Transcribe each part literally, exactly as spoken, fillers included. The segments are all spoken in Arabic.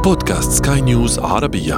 بودكاست سكاي نيوز عربية.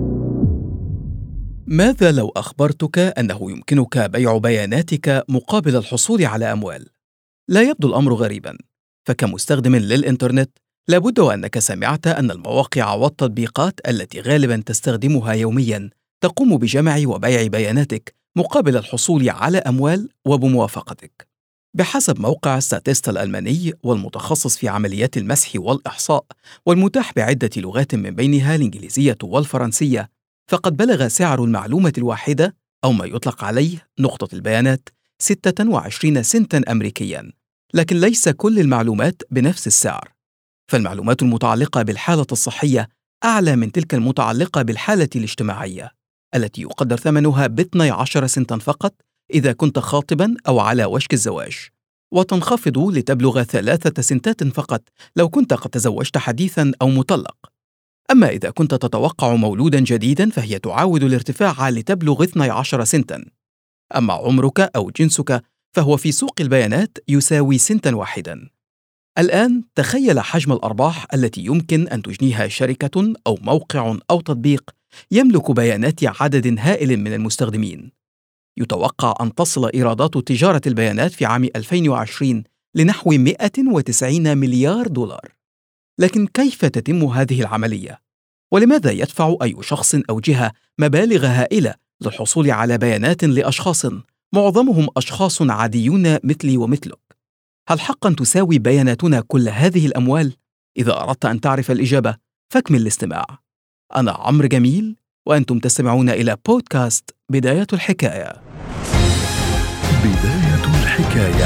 ماذا لو أخبرتك أنه يمكنك بيع بياناتك مقابل الحصول على أموال؟ لا يبدو الأمر غريباً، فكمستخدم للإنترنت لابد وأنك سمعت أن المواقع والتطبيقات التي غالباً تستخدمها يومياً تقوم بجمع وبيع بياناتك مقابل الحصول على أموال وبموافقتك. بحسب موقع ستاتيستا الألماني والمتخصص في عمليات المسح والإحصاء والمتاح بعدة لغات من بينها الإنجليزية والفرنسية، فقد بلغ سعر المعلومة الواحدة أو ما يطلق عليه نقطة البيانات ستة وعشرين سنتاً أمريكياً. لكن ليس كل المعلومات بنفس السعر، فالمعلومات المتعلقة بالحالة الصحية أعلى من تلك المتعلقة بالحالة الاجتماعية، التي يقدر ثمنها ب اثني عشر سنتاً فقط إذا كنت خاطباً أو على وشك الزواج، وتنخفض لتبلغ ثلاثة سنتات فقط لو كنت قد تزوجت حديثاً أو مطلق. أما إذا كنت تتوقع مولوداً جديداً فهي تعاود الارتفاع لتبلغ اثني عشر سنتاً. أما عمرك أو جنسك فهو في سوق البيانات يساوي سنتاً واحداً. الآن تخيل حجم الأرباح التي يمكن أن تجنيها شركة أو موقع أو تطبيق يملك بيانات عدد هائل من المستخدمين. يتوقع أن تصل إيرادات تجارة البيانات في عام ألفين وعشرين لنحو مئة وتسعين مليار دولار. لكن كيف تتم هذه العملية؟ ولماذا يدفع أي شخص أو جهة مبالغ هائلة للحصول على بيانات لأشخاص معظمهم أشخاص عاديون مثلي ومثلك؟ هل حقا تساوي بياناتنا كل هذه الأموال؟ إذا أردت أن تعرف الإجابة فاكمل الاستماع. أنا عمرو جميل وأنتم تستمعون إلى بودكاست بداية الحكاية. بداية الحكاية.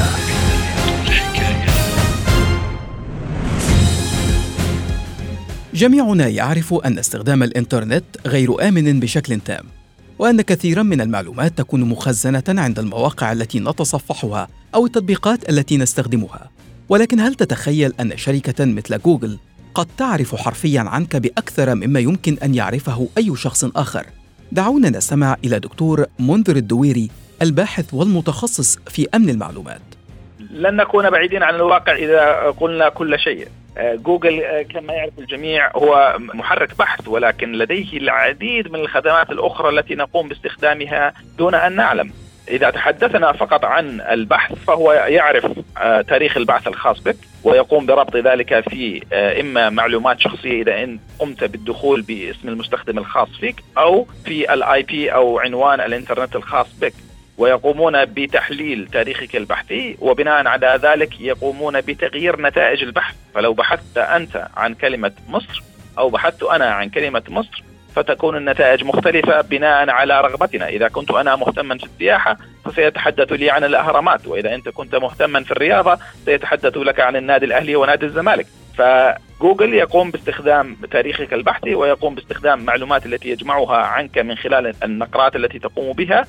جميعنا يعرف أن استخدام الإنترنت غير آمن بشكل تام، وأن كثيراً من المعلومات تكون مخزنة عند المواقع التي نتصفحها أو التطبيقات التي نستخدمها. ولكن هل تتخيل أن شركة مثل جوجل قد تعرف حرفياً عنك بأكثر مما يمكن أن يعرفه أي شخص آخر؟ دعونا نستمع إلى دكتور منذر الدويري، الباحث والمتخصص في أمن المعلومات. لن نكون بعيدين عن الواقع إذا قلنا كل شيء. جوجل كما يعرف الجميع هو محرك بحث، ولكن لديه العديد من الخدمات الأخرى التي نقوم باستخدامها دون أن نعلم. إذا تحدثنا فقط عن البحث فهو يعرف تاريخ البحث الخاص بك ويقوم بربط ذلك في إما معلومات شخصية إذا أنت قمت بالدخول باسم المستخدم الخاص فيك، أو في الاي بي أو عنوان الإنترنت الخاص بك، ويقومون بتحليل تاريخك البحثي، وبناء على ذلك يقومون بتغيير نتائج البحث. فلو بحثت أنت عن كلمة مصر أو بحثت أنا عن كلمة مصر فتكون النتائج مختلفة بناء على رغبتنا. إذا كنت أنا مهتما في السياحة فسيتحدث لي عن الأهرامات، وإذا أنت كنت مهتما في الرياضة سيتحدث لك عن النادي الأهلي ونادي الزمالك. فجوجل يقوم باستخدام تاريخك البحثي ويقوم باستخدام معلومات التي يجمعها عنك من خلال النقرات التي تقوم بها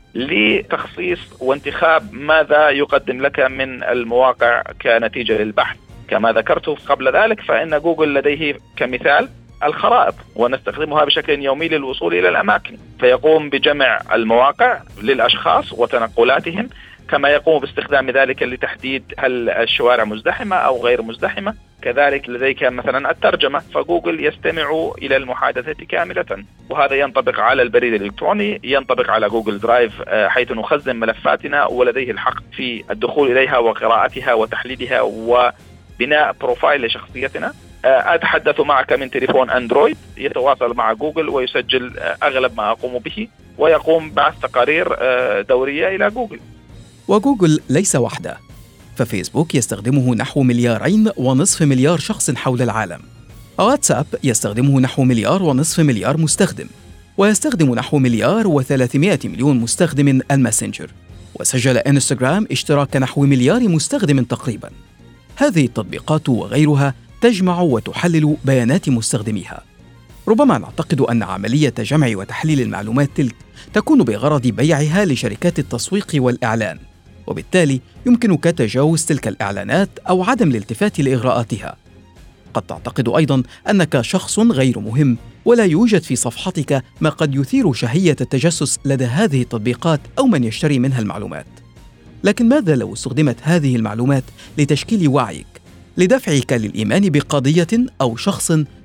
لتخصيص وانتخاب ماذا يقدم لك من المواقع كنتيجة للبحث. كما ذكرت قبل ذلك فإن جوجل لديه كمثال الخرائط، ونستخدمها بشكل يومي للوصول إلى الأماكن، فيقوم بجمع المواقع للأشخاص وتنقلاتهم، كما يقوم باستخدام ذلك لتحديد هل الشوارع مزدحمة أو غير مزدحمة. كذلك لديك مثلا الترجمة، فجوجل يستمع إلى المحادثة كاملة، وهذا ينطبق على البريد الإلكتروني، ينطبق على جوجل درايف حيث نخزن ملفاتنا ولديه الحق في الدخول إليها وقراءتها وتحليلها وبناء بروفايل لشخصيتنا. أتحدث معك من تليفون أندرويد، يتواصل مع جوجل ويسجل أغلب ما أقوم به ويقوم بعث تقارير دورية إلى جوجل. وجوجل ليس وحده، ففيسبوك يستخدمه نحو مليارين ونصف مليار شخص حول العالم. واتساب يستخدمه نحو مليار ونصف مليار مستخدم، ويستخدم نحو مليار وثلاثمائة مليون مستخدم الماسنجر. وسجل إنستغرام اشتراك نحو مليار مستخدم تقريبا. هذه التطبيقات وغيرها تجمع وتحلل بيانات مستخدميها. ربما نعتقد أن عملية جمع وتحليل المعلومات تلك تكون بغرض بيعها لشركات التسويق والإعلان، وبالتالي يمكنك تجاوز تلك الإعلانات أو عدم الالتفات لإغراءاتها. قد تعتقد أيضاً أنك شخص غير مهم ولا يوجد في صفحتك ما قد يثير شهية التجسس لدى هذه التطبيقات أو من يشتري منها المعلومات. لكن ماذا لو استخدمت هذه المعلومات لتشكيل وعيك، لدفعك للإيمان بقضية أو شخص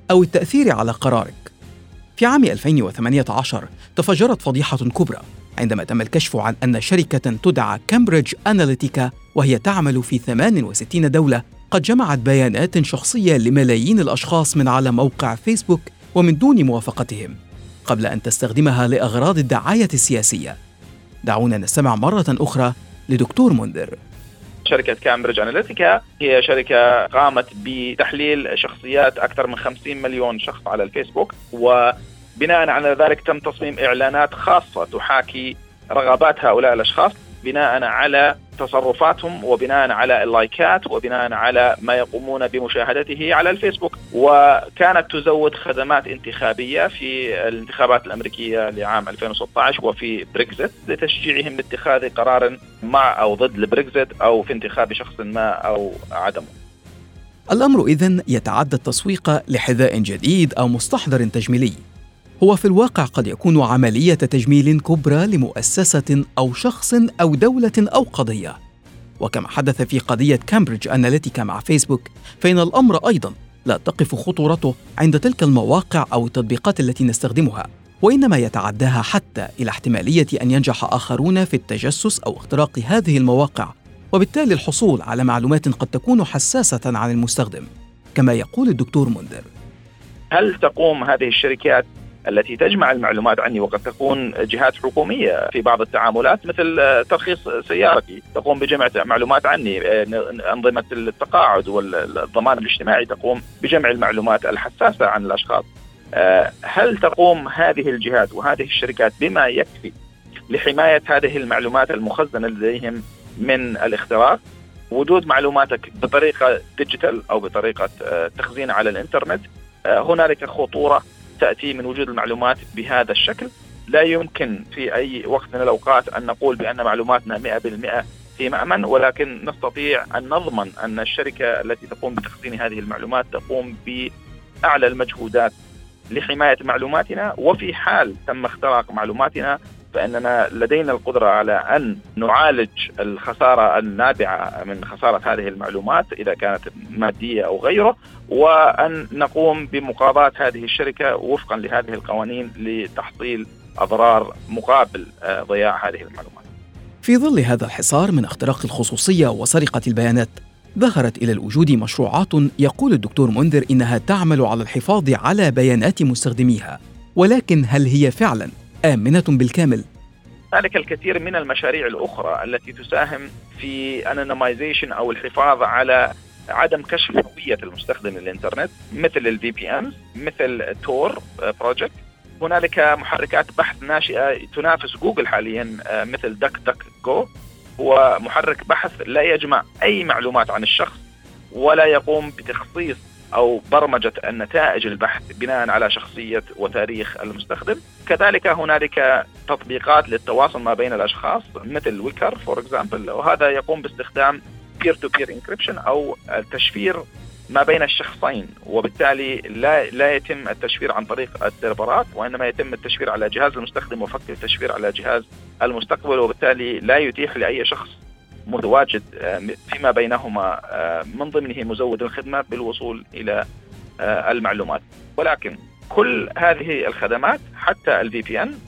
أو التأثير على قرارك. في عام ألفين وثمانية عشر تفجرت فضيحة كبرى عندما تم الكشف عن أن شركة تدعى كامبريدج أناليتيكا، وهي تعمل في ثمان وستين دولة، قد جمعت بيانات شخصية لملايين الأشخاص من على موقع فيسبوك ومن دون موافقتهم، قبل أن تستخدمها لأغراض الدعاية السياسية. دعونا نستمع مرة أخرى لدكتور منذر. شركة كامبريدج أناليتيكا هي شركة قامت بتحليل شخصيات أكثر من خمسين مليون شخص على الفيسبوك، وبناء على ذلك تم تصميم إعلانات خاصة تحاكي رغبات هؤلاء الأشخاص بناء على تصرفاتهم وبناء على اللايكات وبناء على ما يقومون بمشاهدته على الفيسبوك. وكانت تزود خدمات انتخابية في الانتخابات الأمريكية لعام ألفين وستة عشر وفي بريكزيت لتشجيعهم لاتخاذ قرار مع أو ضد البريكزيت أو في انتخاب شخص ما أو عدمه. الأمر إذن يتعدى التسويق لحذاء جديد أو مستحضر تجميلي. هو في الواقع قد يكون عملية تجميل كبرى لمؤسسة أو شخص أو دولة أو قضية. وكما حدث في قضية كامبريدج أناليتيكا مع فيسبوك، فإن الأمر أيضاً لا تقف خطورته عند تلك المواقع أو التطبيقات التي نستخدمها، وإنما يتعداها حتى إلى احتمالية أن ينجح آخرون في التجسس أو اختراق هذه المواقع، وبالتالي الحصول على معلومات قد تكون حساسة عن المستخدم، كما يقول الدكتور منذر. هل تقوم هذه الشركات التي تجمع المعلومات عني، وقد تكون جهات حكومية في بعض التعاملات مثل ترخيص سيارتي تقوم بجمع معلومات عني، أنظمة التقاعد والضمان الاجتماعي تقوم بجمع المعلومات الحساسة عن الأشخاص، هل تقوم هذه الجهات وهذه الشركات بما يكفي لحماية هذه المعلومات المخزنة لديهم من الاختراق؟ وجود معلوماتك بطريقة ديجيتال أو بطريقة تخزين على الإنترنت، هنالك خطورة تأتي من وجود المعلومات بهذا الشكل. لا يمكن في أي وقت من الأوقات أن نقول بأن معلوماتنا مئة بالمئة في مأمن، ولكن نستطيع أن نضمن أن الشركة التي تقوم بتخزين هذه المعلومات تقوم بأعلى المجهودات لحماية معلوماتنا، وفي حال تم اختراق معلوماتنا فإننا لدينا القدرة على أن نعالج الخسارة النابعة من خسارة هذه المعلومات إذا كانت مادية أو غيره، وأن نقوم بمقاضاة هذه الشركة وفقا لهذه القوانين لتحصيل أضرار مقابل ضياع هذه المعلومات. في ظل هذا الحصار من اختراق الخصوصية وسرقة البيانات، ظهرت إلى الوجود مشروعات يقول الدكتور منذر إنها تعمل على الحفاظ على بيانات مستخدميها، ولكن هل هي فعلاً آمنة بالكامل؟ هناك الكثير من المشاريع الأخرى التي تساهم في anonymization أو الحفاظ على عدم كشف هوية المستخدم للإنترنت، مثل ال في بي إنز، مثل تور بروجكت. هنالك محركات بحث ناشئة تنافس جوجل حاليا مثل دك دك جو، هو محرك بحث لا يجمع أي معلومات عن الشخص ولا يقوم بتخصيص أو برمجة النتائج البحث بناء على شخصية وتاريخ المستخدم. كذلك هنالك تطبيقات للتواصل ما بين الأشخاص مثل ويكر فور إكزامبل، وهذا يقوم باستخدام peer to peer encryption أو التشفير ما بين الشخصين، وبالتالي لا لا يتم التشفير عن طريق السيرفرات، وإنما يتم التشفير على جهاز المستخدم وفك التشفير على جهاز المستقبل، وبالتالي لا يتيح لأي شخص متواجد فيما بينهما من ضمنه مزود الخدمة بالوصول إلى المعلومات. ولكن كل هذه الخدمات حتى ال في بي إن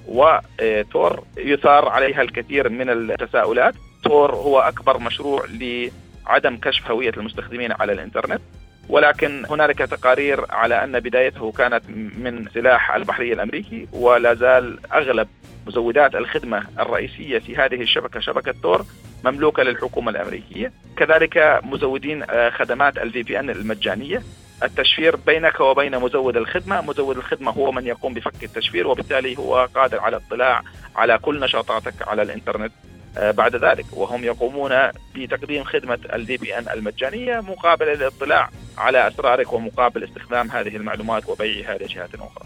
وتور يثار عليها الكثير من التساؤلات. تور هو أكبر مشروع لعدم كشف هوية المستخدمين على الإنترنت، ولكن هنالك تقارير على أن بدايته كانت من سلاح البحرية الأمريكي، ولا زال أغلب مزودات الخدمة الرئيسية في هذه الشبكة شبكة تور مملوكة للحكومة الأمريكية. كذلك مزودين خدمات ال في بي إن المجانية، التشفير بينك وبين مزود الخدمة، مزود الخدمة هو من يقوم بفك التشفير، وبالتالي هو قادر على الاطلاع على كل نشاطاتك على الإنترنت بعد ذلك، وهم يقومون بتقديم خدمة ال في بي إن المجانية مقابل الاطلاع على أسرارك ومقابل استخدام هذه المعلومات وبيعها لجهات أخرى.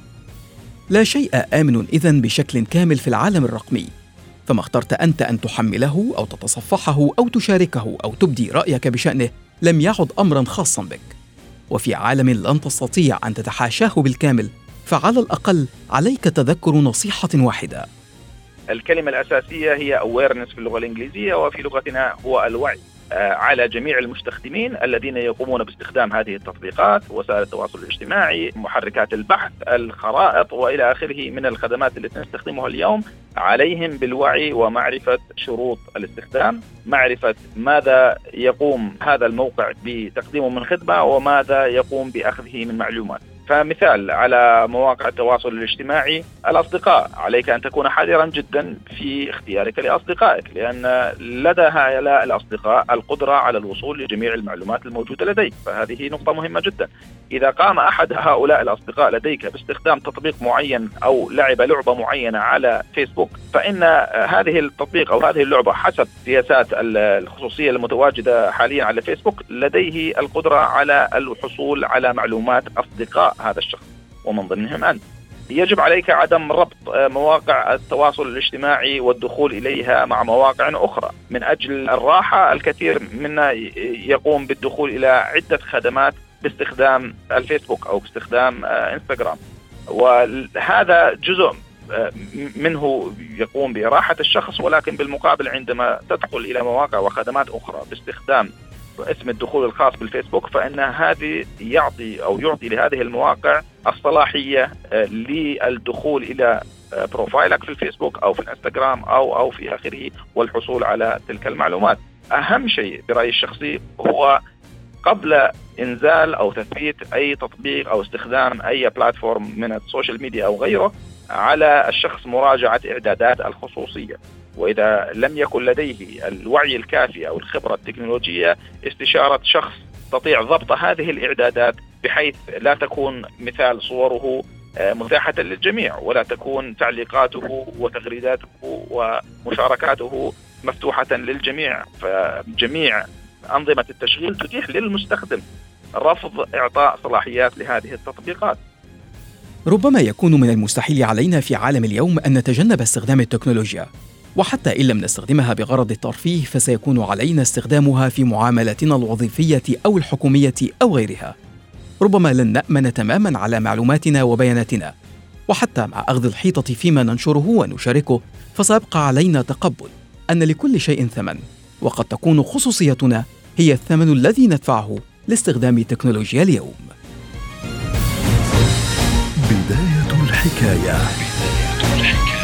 لا شيء آمن إذن بشكل كامل في العالم الرقمي، فما اخترت أنت أن تحمله أو تتصفحه أو تشاركه أو تبدي رأيك بشأنه لم يعد أمراً خاصاً بك. وفي عالم لن تستطيع أن تتحاشاه بالكامل، فعلى الأقل عليك تذكر نصيحة واحدة. الكلمة الأساسية هي awareness في اللغة الإنجليزية، وفي لغتنا هو الوعي. على جميع المستخدمين الذين يقومون باستخدام هذه التطبيقات، وسائل التواصل الاجتماعي، محركات البحث، الخرائط وإلى آخره من الخدمات التي نستخدمها اليوم. عليهم بالوعي ومعرفة شروط الاستخدام، معرفة ماذا يقوم هذا الموقع بتقديمه من خدمة وماذا يقوم بأخذه من معلومات. فمثال على مواقع التواصل الاجتماعي، الأصدقاء، عليك أن تكون حذرا جدا في اختيارك لأصدقائك، لأن لدى هؤلاء الأصدقاء القدرة على الوصول لجميع المعلومات الموجودة لديك، فهذه نقطة مهمة جدا. إذا قام أحد هؤلاء الأصدقاء لديك باستخدام تطبيق معين أو لعب لعبة معينة على فيسبوك، فإن هذه التطبيق أو هذه اللعبة حسب سياسات الخصوصية المتواجدة حاليا على فيسبوك لديه القدرة على الحصول على معلومات أصدقاء هذا الشخص ومن ضمنهم أنت. يجب عليك عدم ربط مواقع التواصل الاجتماعي والدخول إليها مع مواقع أخرى. من أجل الراحة الكثير منا يقوم بالدخول إلى عدة خدمات باستخدام الفيسبوك أو باستخدام إنستغرام، وهذا جزء منه يقوم براحة الشخص، ولكن بالمقابل عندما تدخل إلى مواقع وخدمات أخرى باستخدام اسم الدخول الخاص بالفيسبوك، فإن هذه يعطي أو يعطي لهذه المواقع الصلاحية للدخول إلى بروفايلك في الفيسبوك أو في الانستغرام أو أو في آخره والحصول على تلك المعلومات. أهم شيء برأيي الشخصي هو قبل إنزال أو تثبيت أي تطبيق أو استخدام أي بلاتفورم من السوشيال ميديا أو غيره، على الشخص مراجعة إعدادات الخصوصية، وإذا لم يكن لديه الوعي الكافي أو الخبرة التكنولوجية استشارة شخص يستطيع ضبط هذه الإعدادات بحيث لا تكون مثال صوره متاحة للجميع، ولا تكون تعليقاته وتغريداته ومشاركاته مفتوحة للجميع. فجميع أنظمة التشغيل تتيح للمستخدم رفض إعطاء صلاحيات لهذه التطبيقات. ربما يكون من المستحيل علينا في عالم اليوم أن نتجنب استخدام التكنولوجيا، وحتى إن لم نستخدمها بغرض الترفيه فسيكون علينا استخدامها في معاملاتنا الوظيفية أو الحكومية أو غيرها. ربما لن نأمن تماماً على معلوماتنا وبياناتنا، وحتى مع أخذ الحيطة فيما ننشره ونشاركه فسيبقى علينا تقبل أن لكل شيء ثمن، وقد تكون خصوصيتنا هي الثمن الذي ندفعه لاستخدام تكنولوجيا اليوم. بداية الحكاية.